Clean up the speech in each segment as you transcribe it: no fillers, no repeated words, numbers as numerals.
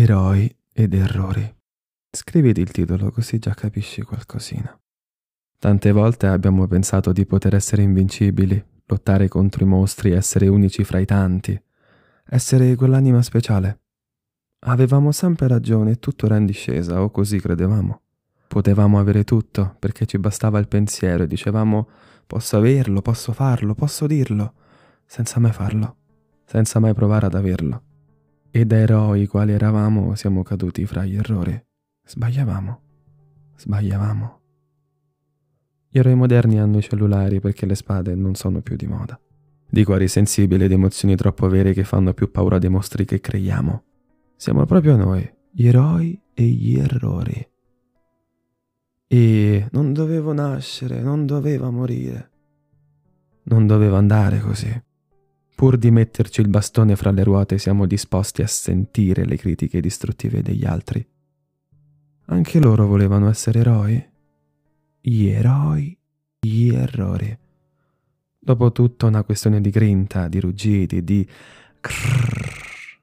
Eroi ed errori. Scriviti il titolo così già capisci qualcosina. Tante volte abbiamo pensato di poter essere invincibili, lottare contro i mostri, essere unici fra i tanti, essere quell'anima speciale. Avevamo sempre ragione e tutto era in discesa, o così credevamo. Potevamo avere tutto perché ci bastava il pensiero e dicevamo posso averlo, posso farlo, posso dirlo, senza mai farlo, senza mai provare ad averlo. E da eroi quali eravamo siamo caduti fra gli errori. Sbagliavamo. Gli eroi moderni hanno i cellulari perché le spade non sono più di moda. Di cuori sensibili ed emozioni troppo vere che fanno più paura dei mostri che creiamo. Siamo proprio noi, gli eroi e gli errori. E non dovevo nascere, non doveva morire. Non doveva andare così. Pur di metterci il bastone fra le ruote siamo disposti a sentire le critiche distruttive degli altri. Anche loro volevano essere eroi. Gli eroi, gli errori. Dopotutto è una questione di grinta, di ruggiti, di crrrr.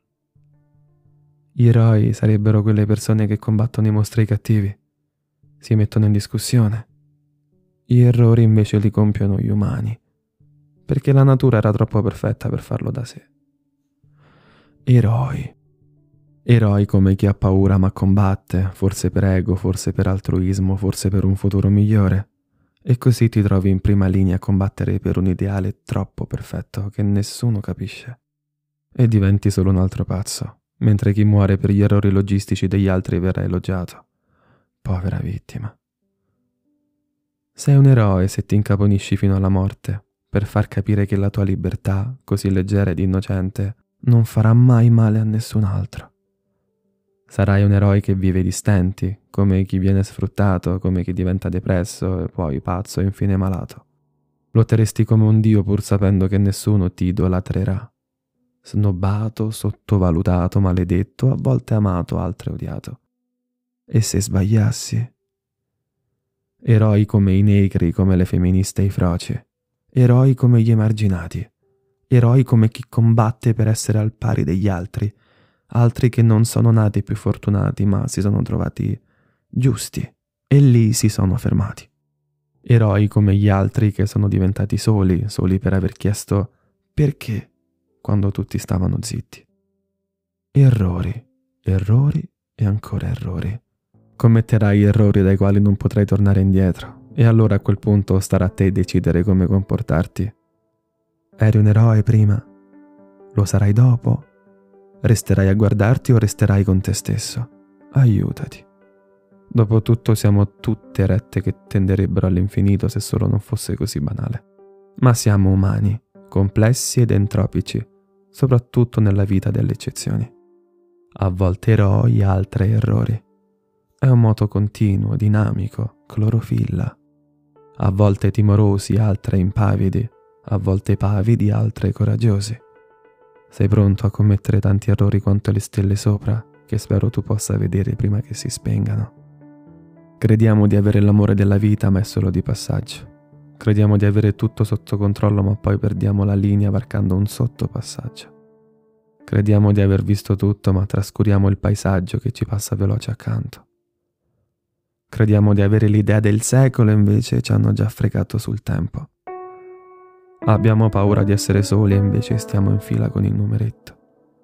Gli eroi sarebbero quelle persone che combattono i mostri cattivi, si mettono in discussione. Gli errori invece li compiono gli umani, perché la natura era troppo perfetta per farlo da sé. Eroi. Eroi come chi ha paura ma combatte, forse per ego, forse per altruismo, forse per un futuro migliore. E così ti trovi in prima linea a combattere per un ideale troppo perfetto che nessuno capisce. E diventi solo un altro pazzo, mentre chi muore per gli errori logistici degli altri verrà elogiato. Povera vittima. Sei un eroe se ti incaponisci fino alla morte, per far capire che la tua libertà, così leggera ed innocente, non farà mai male a nessun altro. Sarai un eroe che vive di stenti, come chi viene sfruttato, come chi diventa depresso e poi pazzo e infine malato. Lotteresti come un dio pur sapendo che nessuno ti idolatrerà. Snobbato, sottovalutato, maledetto, a volte amato, altre odiato. E se sbagliassi? Eroi come i negri, come le femministe e i froci. Eroi come gli emarginati. Eroi come chi combatte per essere al pari degli altri. Altri che non sono nati più fortunati ma si sono trovati giusti e lì si sono fermati. Eroi come gli altri che sono diventati soli per aver chiesto perché quando tutti stavano zitti. Errori e ancora errori. Commetterai errori dai quali non potrai tornare indietro e allora a quel punto starà a te decidere come comportarti. Eri un eroe prima? Lo sarai dopo? Resterai a guardarti o resterai con te stesso? Aiutati. Dopotutto siamo tutte rette che tenderebbero all'infinito se solo non fosse così banale. Ma siamo umani, complessi ed entropici, soprattutto nella vita delle eccezioni. A volte eroi, altre errori. È un moto continuo, dinamico, clorofilla. A volte timorosi, altre impavidi, a volte pavidi, altre coraggiosi. Sei pronto a commettere tanti errori quanto le stelle sopra, che spero tu possa vedere prima che si spengano. Crediamo di avere l'amore della vita, ma è solo di passaggio. Crediamo di avere tutto sotto controllo, ma poi perdiamo la linea varcando un sottopassaggio. Crediamo di aver visto tutto, ma trascuriamo il paesaggio che ci passa veloce accanto. Crediamo di avere l'idea del secolo, invece ci hanno già fregato sul tempo. Abbiamo paura di essere soli e invece stiamo in fila con il numeretto.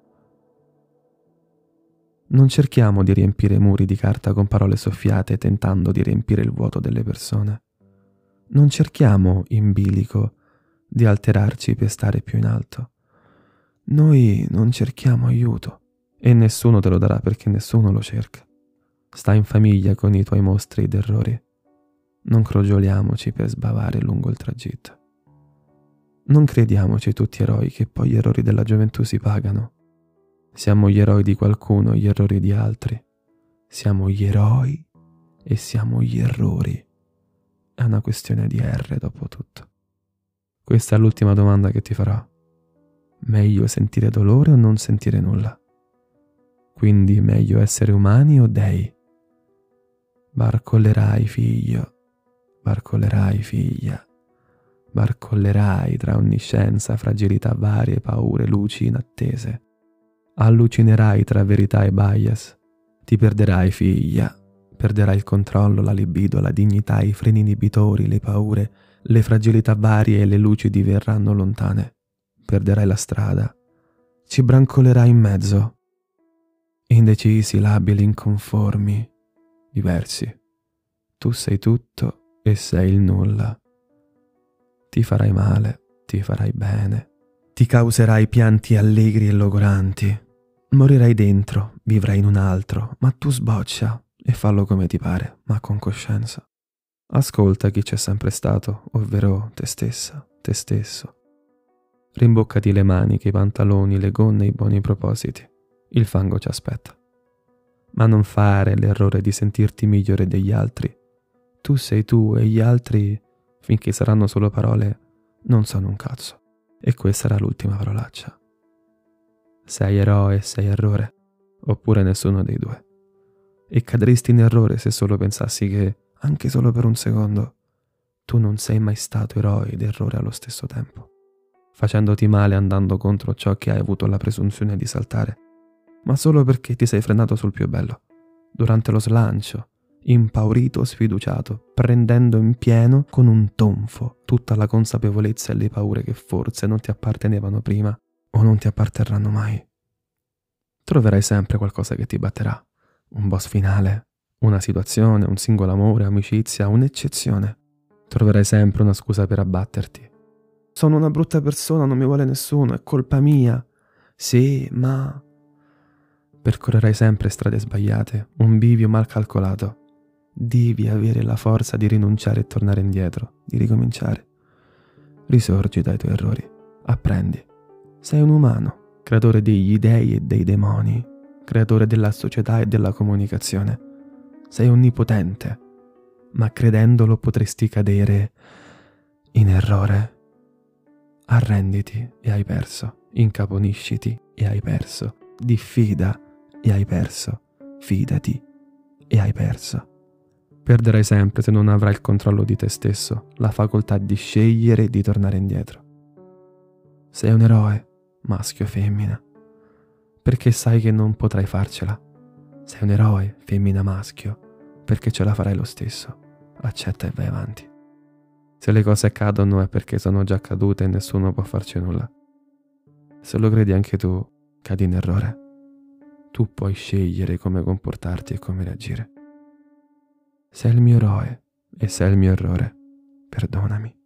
Non cerchiamo di riempire muri di carta con parole soffiate tentando di riempire il vuoto delle persone. Non cerchiamo, in bilico, di alterarci per stare più in alto. Noi non cerchiamo aiuto e nessuno te lo darà perché nessuno lo cerca. Sta in famiglia con i tuoi mostri ed errori. Non crogioliamoci per sbavare lungo il tragitto. Non crediamoci tutti eroi che poi gli errori della gioventù si pagano. Siamo gli eroi di qualcuno, gli errori di altri. Siamo gli eroi e siamo gli errori. È una questione di R dopo tutto. Questa è l'ultima domanda che ti farò. Meglio sentire dolore o non sentire nulla? Quindi meglio essere umani o dei? Barcollerai, figlio. Barcollerai, figlia. Barcollerai tra onniscienza, fragilità varie, paure, luci inattese. Allucinerai tra verità e bias. Ti perderai, figlia. Perderai il controllo, la libido, la dignità, i freni inibitori, le paure, le fragilità varie e le luci diverranno lontane. Perderai la strada. Ci brancolerai in mezzo. Indecisi, labili, inconformi, diversi. Tu sei tutto e sei il nulla. Ti farai male, ti farai bene. Ti causerai pianti allegri e logoranti. Morirai dentro, vivrai in un altro, ma tu sboccia e fallo come ti pare, ma con coscienza. Ascolta chi c'è sempre stato, ovvero te stessa, te stesso. Rimboccati le maniche, i pantaloni, le gonne e i buoni propositi. Il fango ci aspetta. Ma non fare l'errore di sentirti migliore degli altri. Tu sei tu e gli altri, finché saranno solo parole, non sono un cazzo. E questa sarà l'ultima parolaccia. Sei eroe, sei errore, oppure nessuno dei due. E cadresti in errore se solo pensassi che, anche solo per un secondo, tu non sei mai stato eroe ed errore allo stesso tempo, facendoti male andando contro ciò che hai avuto la presunzione di saltare, ma solo perché ti sei frenato sul più bello, durante lo slancio, impaurito, sfiduciato, prendendo in pieno con un tonfo tutta la consapevolezza e le paure che forse non ti appartenevano prima o non ti apparterranno mai. Troverai sempre qualcosa che ti batterà, un boss finale, una situazione, un singolo amore, amicizia, un'eccezione. Troverai sempre una scusa per abbatterti. Sono una brutta persona, non mi vuole nessuno, è colpa mia. Sì, ma... Percorrerai sempre strade sbagliate, un bivio mal calcolato. Devi avere la forza di rinunciare e tornare indietro, di ricominciare. Risorgi dai tuoi errori, apprendi. Sei un umano, creatore degli dei e dei demoni, creatore della società e della comunicazione. Sei onnipotente, ma credendolo potresti cadere in errore. Arrenditi e hai perso, incaponisciti e hai perso, diffida e hai perso, fidati e hai perso. Perderai sempre se non avrai il controllo di te stesso, la facoltà di scegliere di tornare indietro. Sei un eroe, maschio o femmina, perché sai che non potrai farcela. Sei un eroe, femmina maschio, perché ce la farai lo stesso. Accetta e vai avanti. Se le cose accadono è perché sono già accadute e nessuno può farci nulla. Se lo credi anche tu, cadi in errore. Tu puoi scegliere come comportarti e come reagire. Sei il mio eroe e sei il mio errore. Perdonami.